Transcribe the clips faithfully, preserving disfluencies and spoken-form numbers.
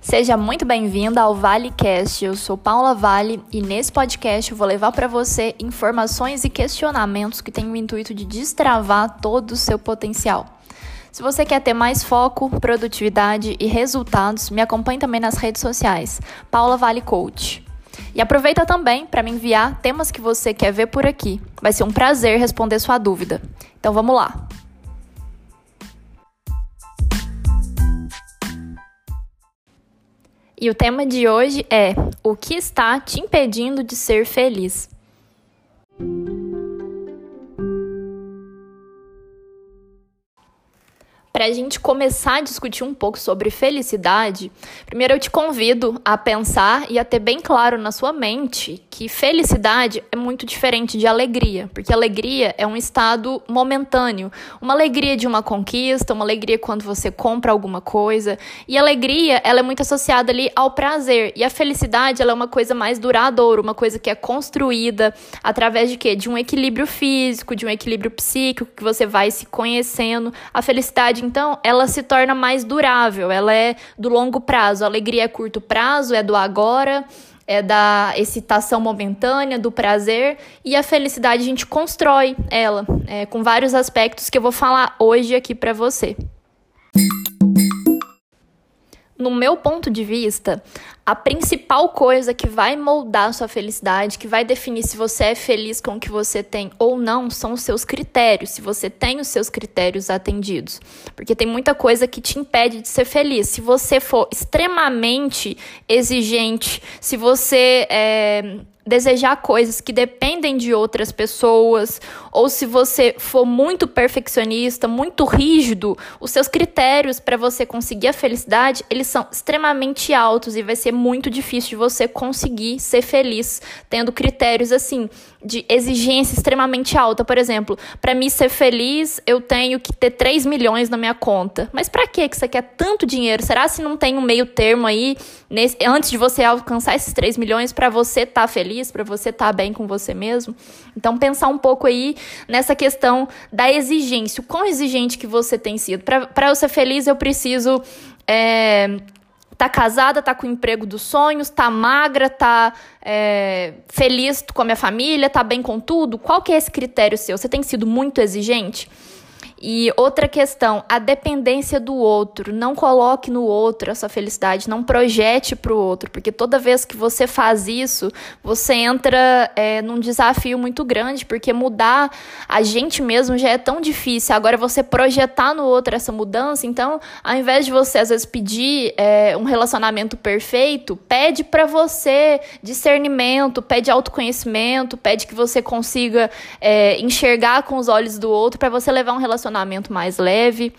Seja muito bem-vinda ao ValeCast. Eu sou Paula Vale e nesse podcast eu vou levar para você informações e questionamentos que têm o intuito de destravar todo o seu potencial. Se você quer ter mais foco, produtividade e resultados, me acompanhe também nas redes sociais, Paula Vale Coach. E aproveita também para me enviar temas que você quer ver por aqui. Vai ser um prazer responder sua dúvida. Então vamos lá! E o tema de hoje é: o que está te impedindo de ser feliz? Para a gente começar a discutir um pouco sobre felicidade, primeiro eu te convido a pensar e a ter bem claro na sua mente que felicidade é muito diferente de alegria, porque alegria é um estado momentâneo, uma alegria de uma conquista, uma alegria quando você compra alguma coisa, e a alegria ela é muito associada ali ao prazer, e a felicidade ela é uma coisa mais duradoura, uma coisa que é construída através de quê? De um equilíbrio físico, de um equilíbrio psíquico, que você vai se conhecendo. A felicidade, então, ela se torna mais durável, ela é do longo prazo. A alegria é curto prazo, é do agora, é da excitação momentânea, do prazer, e a felicidade a gente constrói ela, é, com vários aspectos que eu vou falar hoje aqui para você. No meu ponto de vista, a principal coisa que vai moldar a sua felicidade, que vai definir se você é feliz com o que você tem ou não, são os seus critérios, se você tem os seus critérios atendidos. Porque tem muita coisa que te impede de ser feliz. Se você for extremamente exigente, se você é, desejar coisas que dependem de outras pessoas, ou se você for muito perfeccionista, muito rígido, os seus critérios para você conseguir a felicidade, eles são extremamente altos e vai ser muito difícil de você conseguir ser feliz tendo critérios assim de exigência extremamente alta. Por exemplo, para mim ser feliz, eu tenho que ter três milhões na minha conta. Mas para que você quer tanto dinheiro? Será se não tem um meio termo aí nesse, antes de você alcançar esses três milhões para você estar tá feliz, para você estar tá bem com você mesmo? Então pensar um pouco aí nessa questão da exigência, o quão exigente que você tem sido. Para eu ser feliz, eu preciso é, tá casada, tá com o emprego dos sonhos, tá magra, tá é, feliz com a minha família, tá bem com tudo. Qual que é esse critério seu? Você tem sido muito exigente? E outra questão, a dependência do outro. Não coloque no outro a sua felicidade, não projete para o outro, porque toda vez que você faz isso, você entra é, num desafio muito grande, porque mudar a gente mesmo já é tão difícil. Agora você projetar no outro essa mudança, então, ao invés de você às vezes pedir é, um relacionamento perfeito, pede para você discernimento, pede autoconhecimento, pede que você consiga é, enxergar com os olhos do outro para você levar um relacionamento mais leve.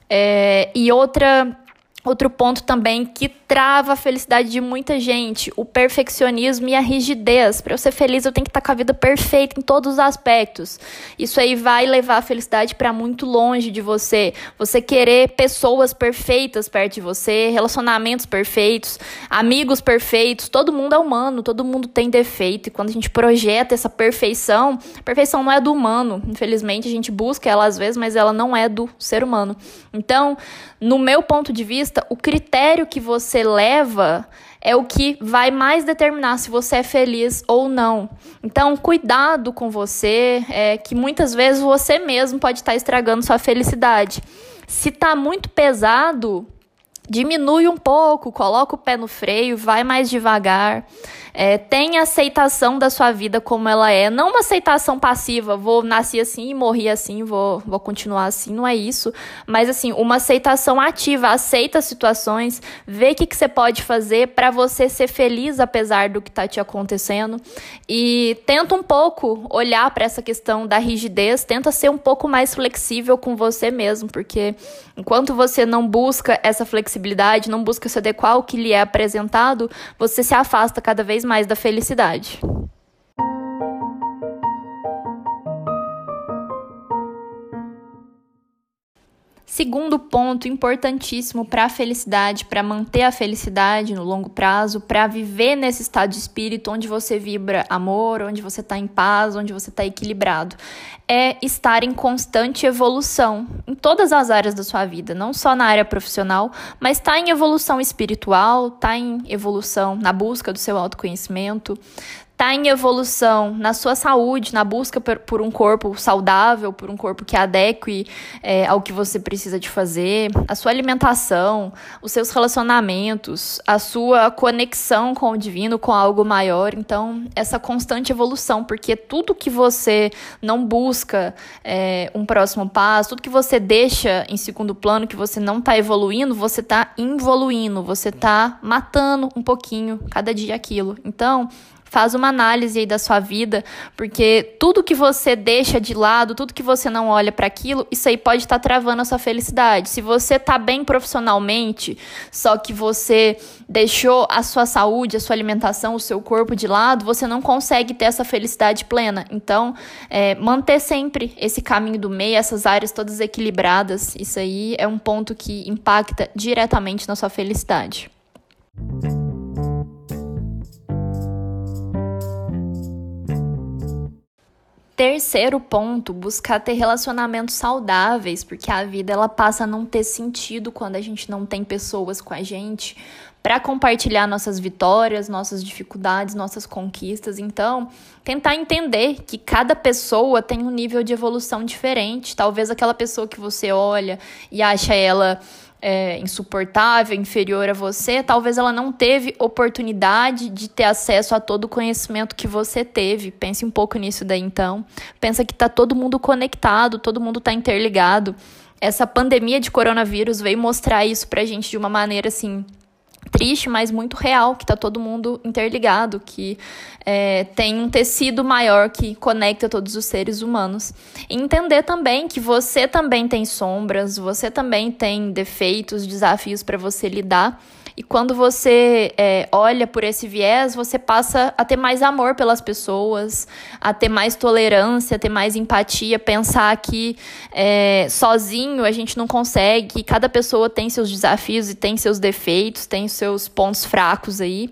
É, e outra, outro ponto também que trava a felicidade de muita gente, o perfeccionismo e a rigidez. Para eu ser feliz, eu tenho que estar com a vida perfeita em todos os aspectos. Isso aí vai levar a felicidade para muito longe de você. Você querer pessoas perfeitas perto de você, relacionamentos perfeitos, amigos perfeitos. Todo mundo é humano, todo mundo tem defeito. E quando a gente projeta essa perfeição, a perfeição não é do humano. Infelizmente, a gente busca ela às vezes, mas ela não é do ser humano. Então, no meu ponto de vista, o critério que você leva é o que vai mais determinar se você é feliz ou não. Então, cuidado com você, é, que muitas vezes você mesmo pode estar estragando sua felicidade. Se está muito pesado, diminui um pouco, coloca o pé no freio, vai mais devagar. É, tenha aceitação da sua vida como ela é, não uma aceitação passiva, vou nascer assim, morrer assim, vou, vou continuar assim, não é isso, mas assim, uma aceitação ativa, aceita as situações, vê o que, que você pode fazer para você ser feliz apesar do que está te acontecendo, e tenta um pouco olhar para essa questão da rigidez, tenta ser um pouco mais flexível com você mesmo, porque enquanto você não busca essa flexibilidade, não busca se adequar ao que lhe é apresentado, você se afasta cada vez mais da felicidade. Segundo ponto importantíssimo para a felicidade, para manter a felicidade no longo prazo, para viver nesse estado de espírito onde você vibra amor, onde você está em paz, onde você está equilibrado, é estar em constante evolução em todas as áreas da sua vida, não só na área profissional, mas está em evolução espiritual, está em evolução na busca do seu autoconhecimento, está em evolução na sua saúde, na busca por, por um corpo saudável, por um corpo que adeque é, ao que você precisa de fazer, a sua alimentação, os seus relacionamentos, a sua conexão com o divino, com algo maior. Então, essa constante evolução, porque tudo que você não busca é, um próximo passo, tudo que você deixa em segundo plano, que você não está evoluindo, você está involuindo, você está matando um pouquinho cada dia aquilo. Então, faz uma análise aí da sua vida, porque tudo que você deixa de lado, tudo que você não olha para aquilo, isso aí pode estar travando a sua felicidade. Se você tá bem profissionalmente, só que você deixou a sua saúde, a sua alimentação, o seu corpo de lado, você não consegue ter essa felicidade plena. Então, é, manter sempre esse caminho do meio, essas áreas todas equilibradas, isso aí é um ponto que impacta diretamente na sua felicidade. Terceiro ponto, buscar ter relacionamentos saudáveis, porque a vida ela passa a não ter sentido quando a gente não tem pessoas com a gente para compartilhar nossas vitórias, nossas dificuldades, nossas conquistas. Então, tentar entender que cada pessoa tem um nível de evolução diferente. Talvez aquela pessoa que você olha e acha ela É, insuportável, inferior a você, talvez ela não teve oportunidade de ter acesso a todo o conhecimento que você teve. Pense um pouco nisso daí, então. Pensa que tá todo mundo conectado, todo mundo tá interligado. Essa pandemia de coronavírus veio mostrar isso pra gente de uma maneira, assim, triste, mas muito real, que tá todo mundo interligado, que é, tem um tecido maior que conecta todos os seres humanos. E entender também que você também tem sombras, você também tem defeitos, desafios para você lidar. E quando você é, olha por esse viés, você passa a ter mais amor pelas pessoas, a ter mais tolerância, a ter mais empatia, pensar que é, sozinho a gente não consegue, que cada pessoa tem seus desafios e tem seus defeitos, tem seus pontos fracos aí.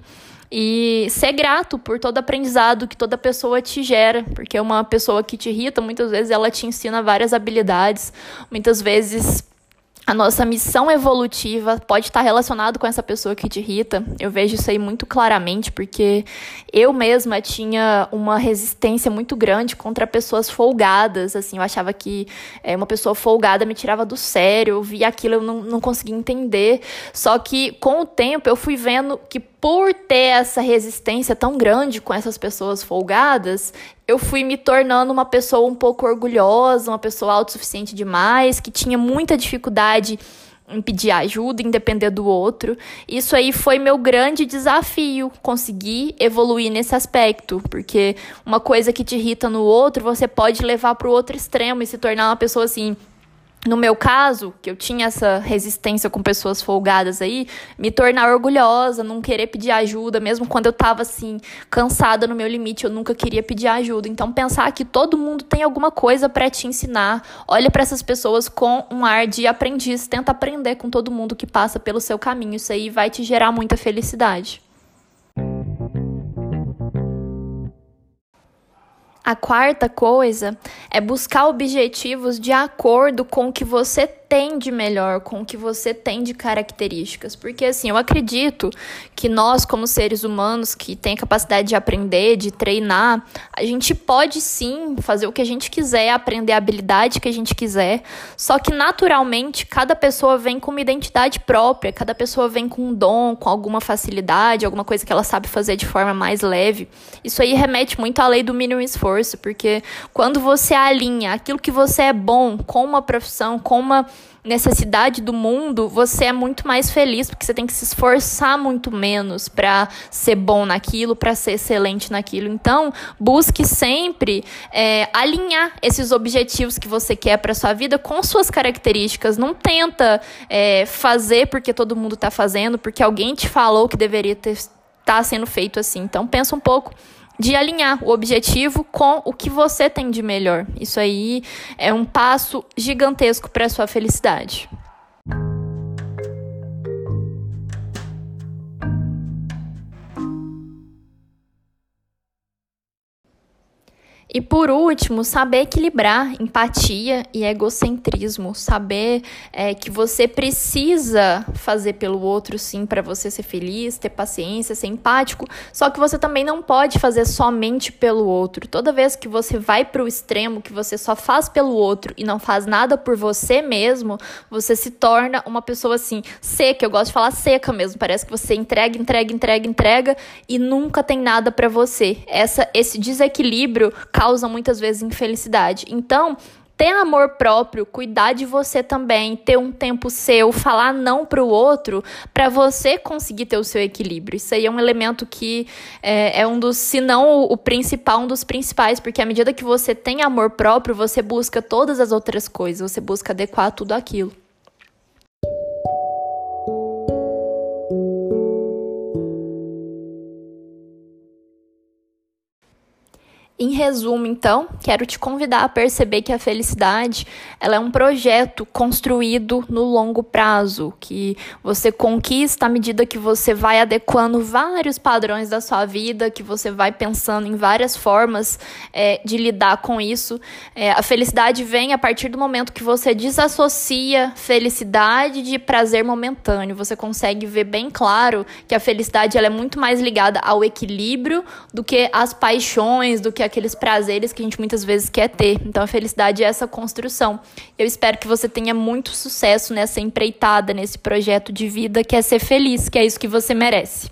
E ser grato por todo aprendizado que toda pessoa te gera, porque uma pessoa que te irrita, muitas vezes ela te ensina várias habilidades, muitas vezes a nossa missão evolutiva pode estar relacionada com essa pessoa que te irrita. Eu vejo isso aí muito claramente, porque eu mesma tinha uma resistência muito grande contra pessoas folgadas. Assim, eu achava que é, uma pessoa folgada me tirava do sério, eu via aquilo, eu não, não conseguia entender. Só que, com o tempo, eu fui vendo que por ter essa resistência tão grande com essas pessoas folgadas, eu fui me tornando uma pessoa um pouco orgulhosa, uma pessoa autossuficiente demais, que tinha muita dificuldade em pedir ajuda, em depender do outro. Isso aí foi meu grande desafio, conseguir evoluir nesse aspecto, porque uma coisa que te irrita no outro, você pode levar para o outro extremo e se tornar uma pessoa assim. No meu caso, que eu tinha essa resistência com pessoas folgadas aí, me tornar orgulhosa, não querer pedir ajuda, mesmo quando eu tava, assim, cansada no meu limite, eu nunca queria pedir ajuda. Então, pensar que todo mundo tem alguma coisa pra te ensinar. Olha pra essas pessoas com um ar de aprendiz, tenta aprender com todo mundo que passa pelo seu caminho. Isso aí vai te gerar muita felicidade. A quarta coisa é buscar objetivos de acordo com o que você tem de melhor, com o que você tem de características. Porque, assim, eu acredito que nós, como seres humanos que tem a capacidade de aprender, de treinar, a gente pode, sim, fazer o que a gente quiser, aprender a habilidade que a gente quiser, só que, naturalmente, cada pessoa vem com uma identidade própria, cada pessoa vem com um dom, com alguma facilidade, alguma coisa que ela sabe fazer de forma mais leve. Isso aí remete muito à lei do mínimo esforço, porque quando você alinha aquilo que você é bom com uma profissão, com uma necessidade do mundo, você é muito mais feliz, porque você tem que se esforçar muito menos para ser bom naquilo, para ser excelente naquilo. Então, busque sempre é, alinhar esses objetivos que você quer para sua vida com suas características. Não tenta é, fazer porque todo mundo está fazendo, porque alguém te falou que deveria ter, tá sendo feito assim. Então, pensa um pouco de alinhar o objetivo com o que você tem de melhor. Isso aí é um passo gigantesco para a sua felicidade. E por último, saber equilibrar empatia e egocentrismo, saber é, que você precisa fazer pelo outro sim para você ser feliz, ter paciência, ser empático, só que você também não pode fazer somente pelo outro. Toda vez que você vai para o extremo, que você só faz pelo outro e não faz nada por você mesmo, você se torna uma pessoa assim, seca, eu gosto de falar seca mesmo, parece que você entrega, entrega, entrega, entrega e nunca tem nada para você. Essa, esse desequilíbrio causa muitas vezes infelicidade. Então, ter amor próprio, cuidar de você também, ter um tempo seu, falar não para o outro, para você conseguir ter o seu equilíbrio. Isso aí é um elemento que é, é um dos, se não o principal, um dos principais, porque à medida que você tem amor próprio, você busca todas as outras coisas, você busca adequar tudo aquilo. Em resumo, então, quero te convidar a perceber que a felicidade ela é um projeto construído no longo prazo, que você conquista à medida que você vai adequando vários padrões da sua vida, que você vai pensando em várias formas é, de lidar com isso. É, a felicidade vem a partir do momento que você desassocia felicidade de prazer momentâneo. Você consegue ver bem claro que a felicidade ela é muito mais ligada ao equilíbrio do que às paixões, do que aqueles prazeres que a gente muitas vezes quer ter. Então a felicidade é essa construção. Eu espero que você tenha muito sucesso nessa empreitada, nesse projeto de vida que é ser feliz, que é isso que você merece.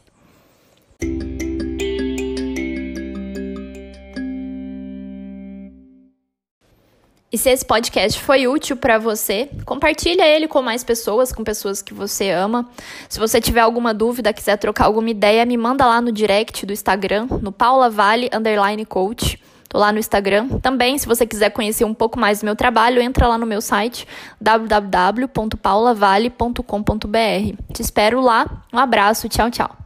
E se esse podcast foi útil para você, compartilha ele com mais pessoas, com pessoas que você ama. Se você tiver alguma dúvida, quiser trocar alguma ideia, me manda lá no direct do Instagram, no Paula Vale underline coach. Tô lá no Instagram. Também, se você quiser conhecer um pouco mais do meu trabalho, entra lá no meu site w w w ponto paulavale ponto com ponto b r. Te espero lá. Um abraço, tchau, tchau.